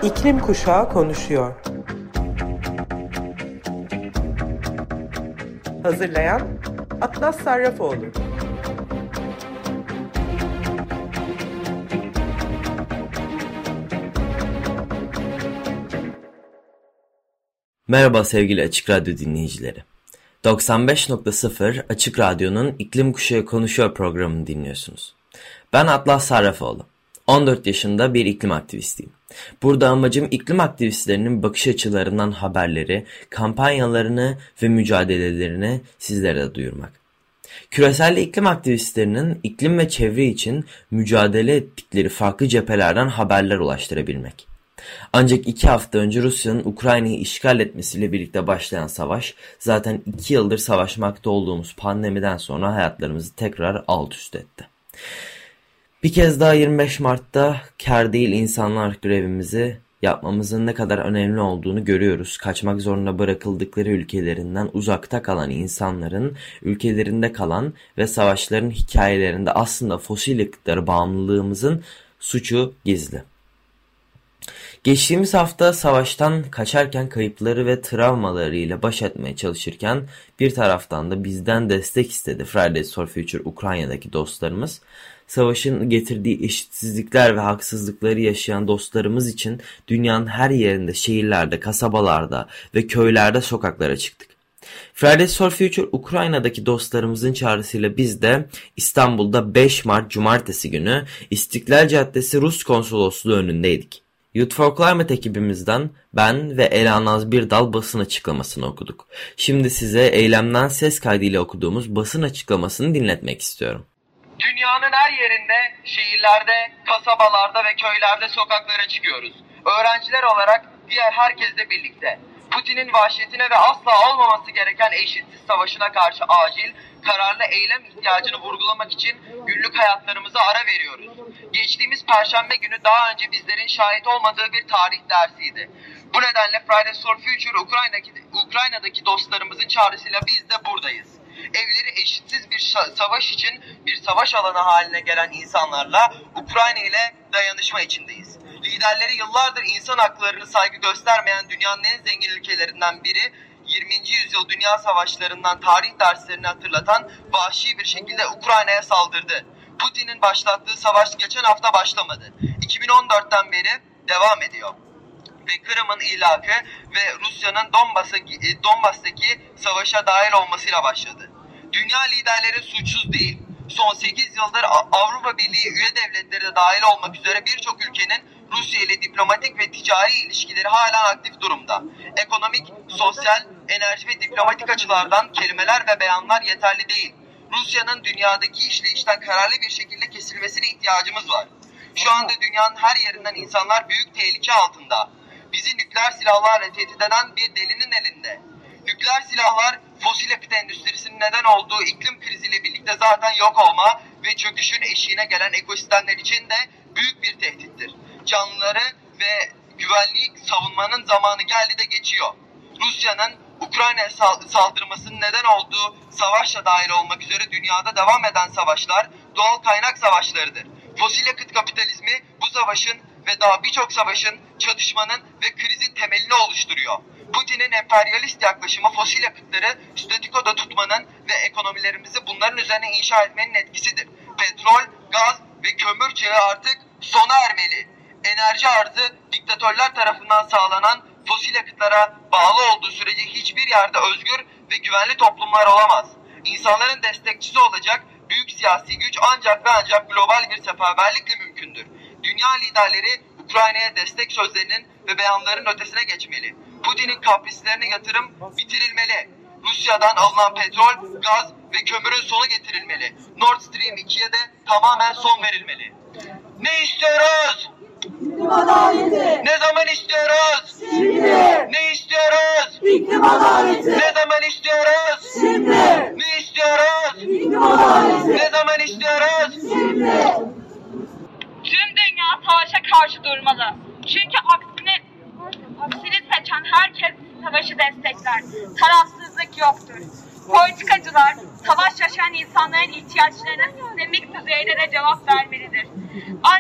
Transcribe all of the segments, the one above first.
İklim Kuşağı konuşuyor. Hazırlayan Atlas Sarrafoğlu. Merhaba sevgili Açık Radyo dinleyicileri. 95.0 Açık Radyo'nun İklim Kuşağı Konuşuyor programını dinliyorsunuz. Ben Atlas Sarrafoğlu. 14 yaşında bir iklim aktivistiyim. Burada amacım iklim aktivistlerinin bakış açılarından haberleri, kampanyalarını ve mücadelelerini sizlere duyurmak. Küresel iklim aktivistlerinin iklim ve çevre için mücadele ettikleri farklı cephelerden haberler ulaştırabilmek. Ancak 2 hafta önce Rusya'nın Ukrayna'yı işgal etmesiyle birlikte başlayan savaş, zaten 2 yıldır savaşmakta olduğumuz pandemiden sonra hayatlarımızı tekrar alt üst etti. Bir kez daha 25 Mart'ta kâr değil insanlar grevimizi yapmamızın ne kadar önemli olduğunu görüyoruz. Kaçmak zorunda bırakıldıkları ülkelerinden uzakta kalan insanların ülkelerinde kalan ve savaşların hikayelerinde aslında fosil yakıtlara bağımlılığımızın suçu gizli. Geçtiğimiz hafta savaştan kaçarken kayıpları ve travmalarıyla baş etmeye çalışırken bir taraftan da bizden destek istedi Fridays for Future Ukrayna'daki dostlarımız. Savaşın getirdiği eşitsizlikler ve haksızlıkları yaşayan dostlarımız için dünyanın her yerinde, şehirlerde, kasabalarda ve köylerde sokaklara çıktık. Fridays for Future Ukrayna'daki dostlarımızın çağrısıyla biz de İstanbul'da 5 Mart Cumartesi günü İstiklal Caddesi Rus Konsolosluğu önündeydik. Youth for Climate ekibimizden ben ve Ela Naz Birdal basın açıklamasını okuduk. Şimdi size eylemden ses kaydıyla okuduğumuz basın açıklamasını dinletmek istiyorum. Dünyanın her yerinde, şehirlerde, kasabalarda ve köylerde sokaklara çıkıyoruz. Öğrenciler olarak diğer herkesle birlikte. Putin'in vahşetine ve asla olmaması gereken eşitsiz savaşına karşı acil, kararlı eylem ihtiyacını vurgulamak için günlük hayatlarımıza ara veriyoruz. Geçtiğimiz Perşembe günü daha önce bizlerin şahit olmadığı bir tarih dersiydi. Bu nedenle Fridays for Future Ukrayna'daki dostlarımızın çağrısıyla biz de buradayız. Evleri eşitsiz bir savaş için bir savaş alanı haline gelen insanlarla Ukrayna ile dayanışma içindeyiz. Liderleri yıllardır insan haklarını saygı göstermeyen dünyanın en zengin ülkelerinden biri, 20. yüzyıl dünya savaşlarından tarih derslerini hatırlatan vahşi bir şekilde Ukrayna'ya saldırdı. Putin'in başlattığı savaş geçen hafta başlamadı. 2014'ten beri devam ediyor. Ve Kırım'ın ilhakı ve Rusya'nın Donbas'taki savaşa dahil olmasıyla başladı. Dünya liderleri suçsuz değil. Son 8 yıldır Avrupa Birliği üye devletleri de dahil olmak üzere birçok ülkenin Rusya ile diplomatik ve ticari ilişkileri hala aktif durumda. Ekonomik, sosyal, enerji ve diplomatik açılardan kelimeler ve beyanlar yeterli değil. Rusya'nın dünyadaki işleyişten kararlı bir şekilde kesilmesine ihtiyacımız var. Şu anda dünyanın her yerinden insanlar büyük tehlike altında. Bizi nükleer silahlarla tehdit eden bir delinin elinde. Nükleer silahlar fosil yakıt endüstrisinin neden olduğu iklim kriziyle birlikte zaten yok olma ve çöküşün eşiğine gelen ekosistemler için de büyük bir tehdittir. Canlıları ve güvenliği savunmanın zamanı geldi de geçiyor. Rusya'nın Ukrayna'ya saldırmasının neden olduğu savaşla dahil olmak üzere dünyada devam eden savaşlar doğal kaynak savaşlarıdır. Fosil yakıt kapitalizmi bu savaşın ve daha birçok savaşın, çatışmanın ve krizin temelini oluşturuyor. Putin'in emperyalist yaklaşımı fosil yakıtları statikoda tutmanın ve ekonomilerimizi bunların üzerine inşa etmenin etkisidir. Petrol, gaz ve kömür çağı artık sona ermeli. Enerji arzı diktatörler tarafından sağlanan fosil yakıtlara bağlı olduğu sürece hiçbir yerde özgür ve güvenli toplumlar olamaz. İnsanların destekçisi olacak büyük siyasi güç ancak ve ancak global bir seferberlikle mümkündür. Dünya liderleri Ukrayna'ya destek sözlerinin ve beyanların ötesine geçmeli. Putin'in kaprislerine yatırım bitirilmeli. Rusya'dan alınan petrol, gaz ve kömürün sonu getirilmeli. Nord Stream 2'ye de tamamen son verilmeli. Ne istiyoruz? İklim adaleti. Ne zaman istiyoruz? Şimdi. Ne istiyoruz? İklim adaleti. Ne zaman istiyoruz? Şimdi. Ne istiyoruz? İklim adaleti. Ne zaman istiyoruz? Şimdi. Tüm dünya savaşa karşı durmalı. Çünkü aksini seçen herkes savaşı destekler. Tarafsızlık yoktur. Politikacılar, savaş yaşayan insanların ihtiyaçlarına sistemik düzeyde de cevap vermelidir. Ancak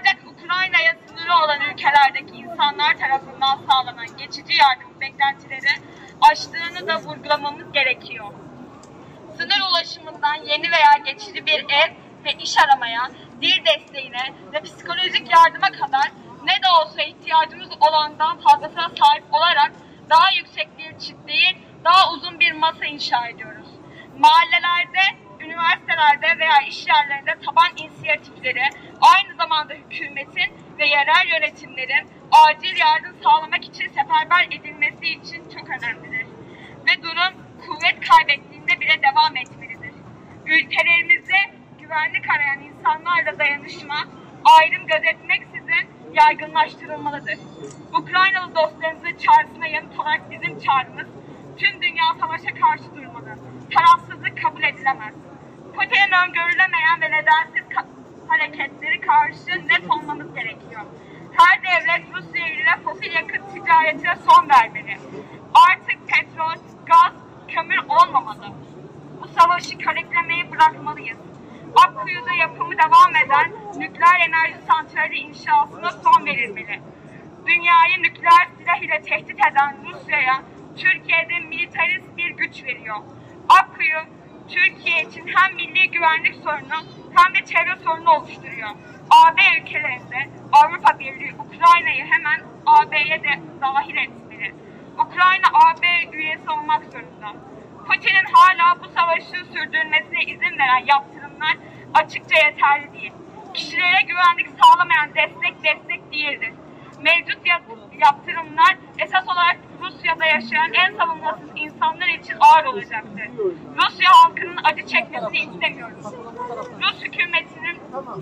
Ukrayna'ya sınırı olan ülkelerdeki insanlar tarafından sağlanan geçici yardım beklentileri aştığını da vurgulamamız gerekiyor. Sınır ulaşımından yeni veya geçici bir ev ve iş aramaya, dil desteğine ve psikolojik yardıma kadar ne de olsa ihtiyacımız olandan fazlasına sahip olarak daha yüksek bir çit değil, daha uzun bir masa inşa ediyoruz. Mahallelerde, üniversitelerde veya iş yerlerinde taban inisiyatifleri aynı zamanda hükümetin ve yerel yönetimlerin acil yardım sağlamak için seferber edilmesi için çok önemlidir. Ve durum kuvvet kaybettiğinde bile devam etmelidir. Ülkelerimizde güvenlik arayan insanlarla dayanışma, ayrım gözetmeksizin yaygınlaştırılmalıdır. Ukraynalı dostlarımızın çağrısına yanıt olarak bizim çağrımız, tüm dünya savaşa karşı durmalı. Tarafsızlık kabul edilemez. Putin'in öngörülemeyen ve nedensiz hareketleri karşı net olmamız gerekiyor. Her devlet Rusya ile fosil yakıt ticaretine son vermeli. Artık petrol, gaz, kömür olmamalı. Bu savaşı körüklemeyi bırakmalıyız. Akkuyu'da yapımı devam eden nükleer enerji santrali inşasına son verilmeli. Dünyayı nükleer silah ile tehdit eden Rusya'ya Türkiye'de militarist bir güç veriyor. Akkuyu, Türkiye için hem milli güvenlik sorunu hem de çevre sorunu oluşturuyor. AB ülkelerinde Avrupa Birliği Ukrayna'yı hemen AB'ye de dahil etmeli. Ukrayna AB üyesi olmak zorunda. Putin'in hala bu savaşı sürdürmesine izin veren yaptırımlar açıkça yeterli değil. Kişilere güvenlik sağlamayan destek değildir. Mevcut yaptırımlar esas olarak Rusya'da yaşayan en savunmasız insanlar için ağır olacaktır. Rusya halkının acı çekmesini istemiyoruz. Rus hükümetinin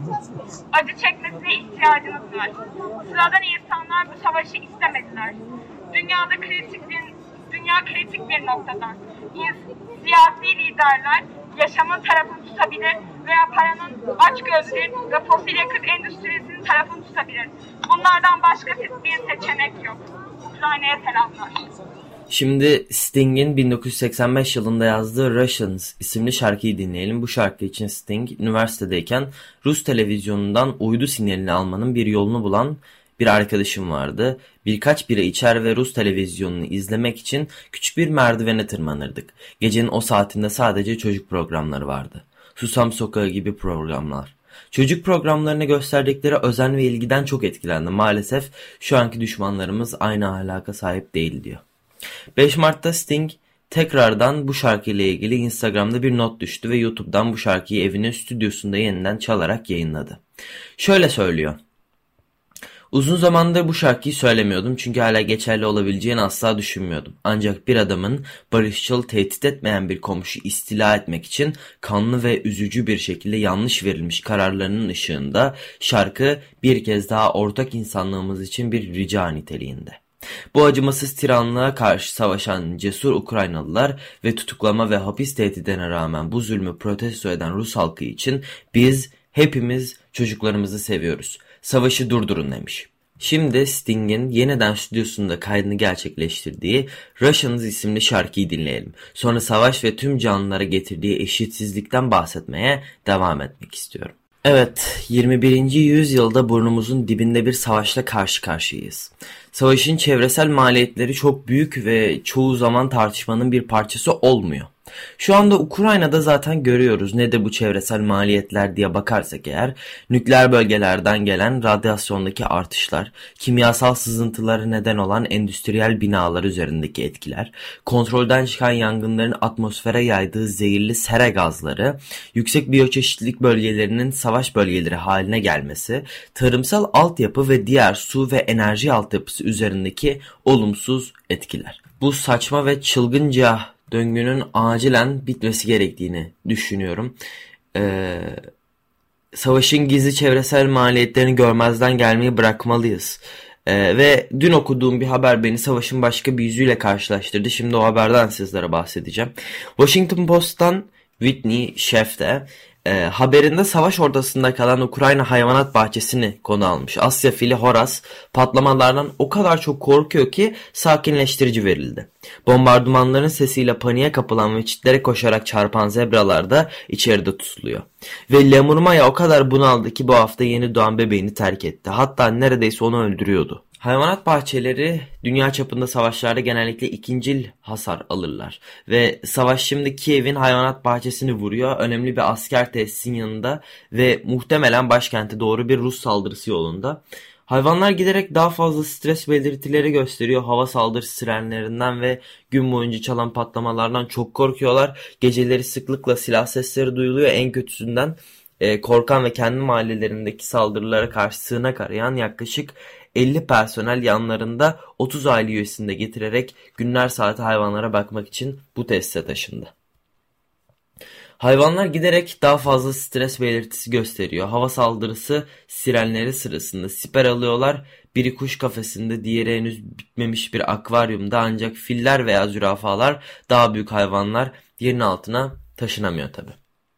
acı çekmesine ihtiyacımız var. Sıradan insanlar bu savaşı istemediler. Dünya kritik bir noktadan. Siyasi liderler yaşamın tarafını tutabilir veya paranın açgözlülüğün ve fosil yakıt endüstrisinin tarafını tutabilir. Bunlardan başka bir seçenek yok. Ukrayna'ya selamlar. Şimdi Sting'in 1985 yılında yazdığı Russians isimli şarkıyı dinleyelim. Bu şarkı için Sting üniversitedeyken Rus televizyonundan uydu sinyalini almanın bir yolunu bulan bir arkadaşım vardı. Birkaç bira içer ve Rus televizyonunu izlemek için küçük bir merdivene tırmanırdık. Gecenin o saatinde sadece çocuk programları vardı. Susam Sokağı gibi programlar. Çocuk programlarına gösterdikleri özen ve ilgiden çok etkilendim. Maalesef şu anki düşmanlarımız aynı ahlaka sahip değil diyor. 5 Mart'ta Sting tekrardan bu şarkıyla ilgili Instagram'da bir not düştü ve YouTube'dan bu şarkıyı evinin stüdyosunda yeniden çalarak yayınladı. Şöyle söylüyor. Uzun zamandır bu şarkıyı söylemiyordum çünkü hala geçerli olabileceğini asla düşünmüyordum. Ancak bir adamın barışçıl, tehdit etmeyen bir komşu istila etmek için kanlı ve üzücü bir şekilde yanlış verilmiş kararlarının ışığında şarkı bir kez daha ortak insanlığımız için bir rica niteliğinde. Bu acımasız tiranlığa karşı savaşan cesur Ukraynalılar ve tutuklama ve hapis tehdidine rağmen bu zulmü protesto eden Rus halkı için biz hepimiz çocuklarımızı seviyoruz. Savaşı durdurun demiş. Şimdi Sting'in yeniden stüdyosunda kaydını gerçekleştirdiği Russians isimli şarkıyı dinleyelim. Sonra savaş ve tüm canlılara getirdiği eşitsizlikten bahsetmeye devam etmek istiyorum. Evet, 21. yüzyılda burnumuzun dibinde bir savaşla karşı karşıyayız. Savaşın çevresel maliyetleri çok büyük ve çoğu zaman tartışmanın bir parçası olmuyor. Şu anda Ukrayna'da zaten görüyoruz ne de bu çevresel maliyetler diye bakarsak eğer, nükleer bölgelerden gelen radyasyondaki artışlar, kimyasal sızıntılara neden olan endüstriyel binalar üzerindeki etkiler, kontrolden çıkan yangınların atmosfere yaydığı zehirli sera gazları, yüksek biyoçeşitlilik bölgelerinin savaş bölgeleri haline gelmesi, tarımsal altyapı ve diğer su ve enerji altyapısı üzerindeki olumsuz etkiler. Bu saçma ve çılgınca döngünün acilen bitmesi gerektiğini düşünüyorum. Savaşın gizli çevresel maliyetlerini görmezden gelmeyi bırakmalıyız. Ve dün okuduğum bir haber beni savaşın başka bir yüzüyle karşılaştırdı. Şimdi o haberden sizlere bahsedeceğim. Washington Post'tan Whitney Sheff de haberinde savaş ortasında kalan Ukrayna hayvanat bahçesini konu almış. Asya fili Horace patlamalardan o kadar çok korkuyor ki sakinleştirici verildi. Bombardımanların sesiyle paniğe kapılan ve çitlere koşarak çarpan zebralar da içeride tutuluyor. Ve Lemur Maya o kadar bunaldı ki bu hafta yeni doğan bebeğini terk etti. Hatta neredeyse onu öldürüyordu. Hayvanat bahçeleri dünya çapında savaşlarda genellikle ikincil hasar alırlar. Ve savaş şimdi Kiev'in hayvanat bahçesini vuruyor. Önemli bir asker tesisin yanında ve muhtemelen başkente doğru bir Rus saldırısı yolunda. Hayvanlar giderek daha fazla stres belirtileri gösteriyor. Hava saldırısı sirenlerinden ve gün boyunca çalan patlamalardan çok korkuyorlar. Geceleri sıklıkla silah sesleri duyuluyor. En kötüsünden korkan ve kendi mahallelerindeki saldırılara karşı sığınak arayan yaklaşık 50 personel yanlarında 30 aile üyesini de getirerek günler saati hayvanlara bakmak için bu tesise taşındı. Hayvanlar giderek daha fazla stres belirtisi gösteriyor. Hava saldırısı sirenleri sırasında siper alıyorlar. Biri kuş kafesinde, diğeri henüz bitmemiş bir akvaryumda, ancak filler veya zürafalar, daha büyük hayvanlar yerin altına taşınamıyor tabi.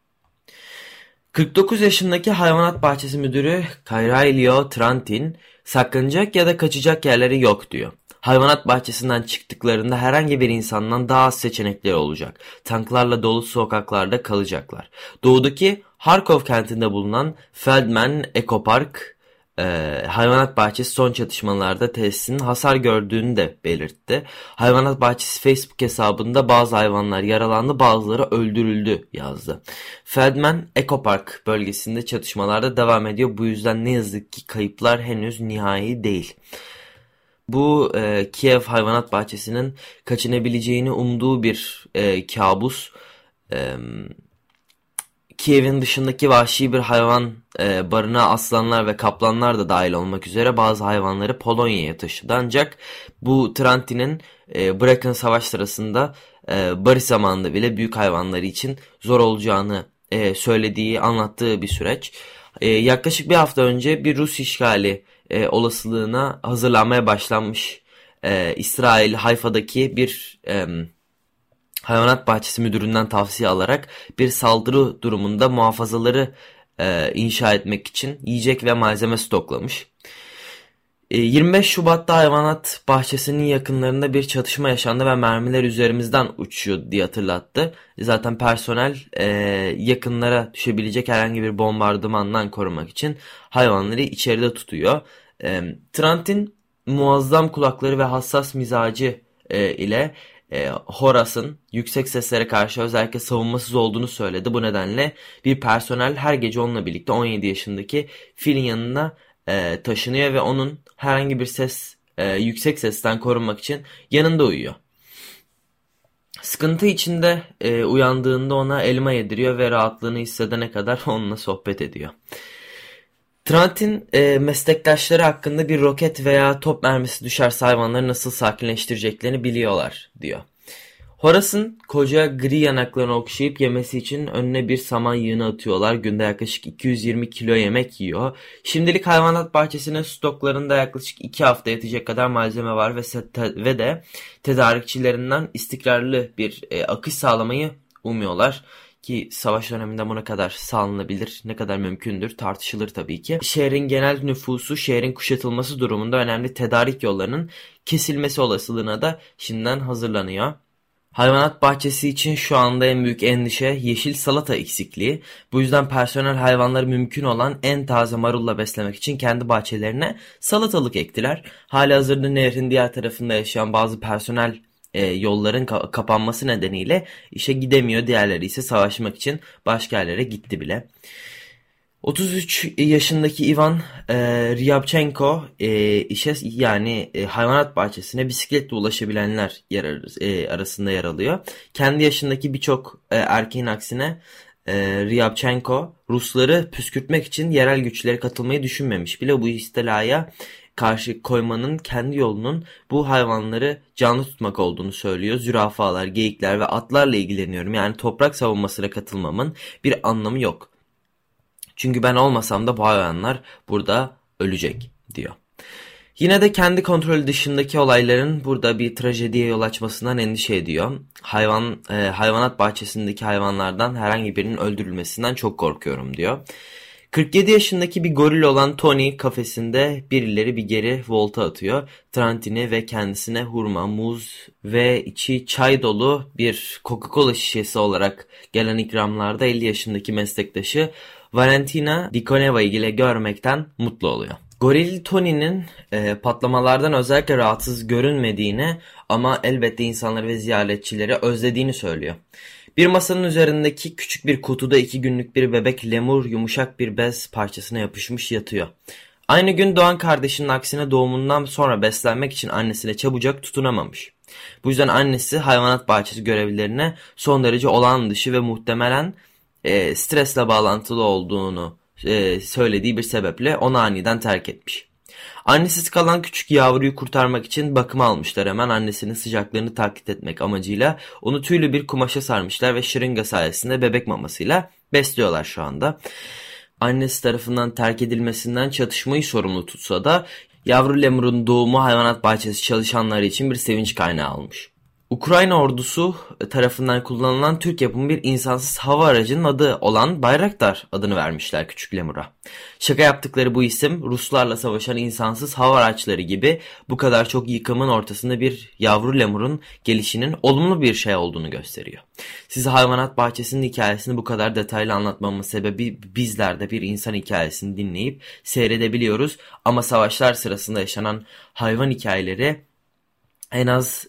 49 yaşındaki hayvanat bahçesi müdürü Kairailio Trantin, saklanacak ya da kaçacak yerleri yok diyor. Hayvanat bahçesinden çıktıklarında herhangi bir insandan daha az seçenekleri olacak. Tanklarla dolu sokaklarda kalacaklar. Doğudaki Harkov kentinde bulunan Feldman Ekopark hayvanat bahçesi son çatışmalarda tesisinin hasar gördüğünü de belirtti. Hayvanat bahçesi Facebook hesabında bazı hayvanlar yaralandı, bazıları öldürüldü yazdı. Feldman Ekopark bölgesinde çatışmalarda devam ediyor. Bu yüzden ne yazık ki kayıplar henüz nihai değil. Bu Kiev hayvanat bahçesinin kaçınabileceğini umduğu bir kabus. Kiev'in dışındaki vahşi bir hayvan barınağı aslanlar ve kaplanlar da dahil olmak üzere bazı hayvanları Polonya'ya taşıdı. Ancak bu Trantin'in bırakın savaş sırasında barış zamanında bile büyük hayvanları için zor olacağını söylediği, anlattığı bir süreç. Yaklaşık bir hafta önce bir Rus işgali olasılığına hazırlanmaya başlanmış İsrail Hayfa'daki bir hayvanat bahçesi müdüründen tavsiye alarak bir saldırı durumunda muhafazaları inşa etmek için yiyecek ve malzeme stoklamış. 25 Şubat'ta hayvanat bahçesinin yakınlarında bir çatışma yaşandı ve mermiler üzerimizden uçuyor diye hatırlattı. Zaten personel yakınlara düşebilecek herhangi bir bombardımandan korumak için hayvanları içeride tutuyor. Trantin muazzam kulakları ve hassas mizacı ile Horace'ın yüksek seslere karşı özellikle savunmasız olduğunu söyledi. Bu nedenle bir personel her gece onunla birlikte 17 yaşındaki Phil'in yanına taşınıyor ve onun herhangi bir yüksek sesten korunmak için yanında uyuyor. Sıkıntı içinde uyandığında ona elma yediriyor ve rahatlığını hissedene kadar onunla sohbet ediyor. Trantin meslektaşları hakkında bir roket veya top mermisi düşerse hayvanları nasıl sakinleştireceklerini biliyorlar diyor. Horace'ın koca gri yanaklarını okşayıp yemesi için önüne bir saman yığını atıyorlar. Günde yaklaşık 220 kilo yemek yiyor. Şimdilik hayvanat bahçesinin stoklarında yaklaşık 2 hafta yetecek kadar malzeme var ve de tedarikçilerinden istikrarlı bir akış sağlamayı umuyorlar. Ki savaş döneminde bu ne kadar sağlanabilir, ne kadar mümkündür tartışılır tabii ki. Şehrin genel nüfusu şehrin kuşatılması durumunda önemli tedarik yollarının kesilmesi olasılığına da şimdiden hazırlanıyor. Hayvanat bahçesi için şu anda en büyük endişe yeşil salata eksikliği. Bu yüzden personel hayvanları mümkün olan en taze marulla beslemek için kendi bahçelerine salatalık ektiler. Halihazırda nehrin diğer tarafında yaşayan bazı personel yolların kapanması nedeniyle işe gidemiyor. Diğerleri ise savaşmak için başka yerlere gitti bile. 33 yaşındaki Ivan Ryabchenko hayvanat bahçesine bisikletle ulaşabilenler arasında yer alıyor. Kendi yaşındaki birçok erkeğin aksine Ryabchenko Rusları püskürtmek için yerel güçlere katılmayı düşünmemiş bile. Bu istilaya karşı koymanın kendi yolunun bu hayvanları canlı tutmak olduğunu söylüyor. Zürafalar, geyikler ve atlarla ilgileniyorum. Yani toprak savunmasına katılmamın bir anlamı yok. Çünkü ben olmasam da bu hayvanlar burada ölecek diyor. Yine de kendi kontrolü dışındaki olayların burada bir trajediye yol açmasından endişe ediyor. Hayvanat bahçesindeki hayvanlardan herhangi birinin öldürülmesinden çok korkuyorum diyor. 47 yaşındaki bir goril olan Tony kafesinde birileri bir geri volta atıyor. Trentini ve kendisine hurma, muz ve içi çay dolu bir Coca-Cola şişesi olarak gelen ikramlarda 50 yaşındaki meslektaşı Valentina Dikoneva ile görmekten mutlu oluyor. Goril Tony'nin patlamalardan özellikle rahatsız görünmediğini ama elbette insanları ve ziyaretçileri özlediğini söylüyor. Bir masanın üzerindeki küçük bir kutuda 2 günlük bir bebek lemur yumuşak bir bez parçasına yapışmış yatıyor. Aynı gün doğan kardeşinin aksine doğumundan sonra beslenmek için annesine çabucak tutunamamış. Bu yüzden annesi hayvanat bahçesi görevlilerine son derece olağan dışı ve muhtemelen stresle bağlantılı olduğunu söylediği bir sebeple onu aniden terk etmiş. Annesiz kalan küçük yavruyu kurtarmak için bakıma almışlar hemen annesinin sıcaklığını taklit etmek amacıyla onu tüylü bir kumaşa sarmışlar ve şırınga sayesinde bebek mamasıyla besliyorlar şu anda. Annesi tarafından terk edilmesinden çatışmayı sorumlu tutsa da yavru lemurun doğumu hayvanat bahçesi çalışanları için bir sevinç kaynağı olmuş. Ukrayna ordusu tarafından kullanılan Türk yapımı bir insansız hava aracının adı olan Bayraktar adını vermişler küçük lemura. Şaka yaptıkları bu isim Ruslarla savaşan insansız hava araçları gibi bu kadar çok yıkımın ortasında bir yavru lemurun gelişinin olumlu bir şey olduğunu gösteriyor. Size hayvanat bahçesinin hikayesini bu kadar detaylı anlatmamın sebebi bizler de bir insan hikayesini dinleyip seyredebiliyoruz ama savaşlar sırasında yaşanan hayvan hikayeleri en az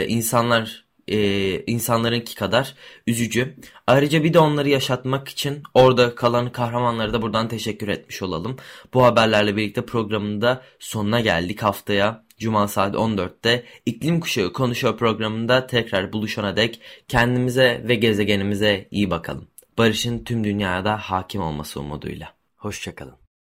insanlarınki kadar üzücü. Ayrıca bir de onları yaşatmak için orada kalan kahramanlara da buradan teşekkür etmiş olalım. Bu haberlerle birlikte programın da sonuna geldik. Haftaya Cuma saat 14'te İklim Kuşağı Konuşuyor programında tekrar buluşana dek kendimize ve gezegenimize iyi bakalım. Barışın tüm dünyada hakim olması umuduyla. Hoşça kalın.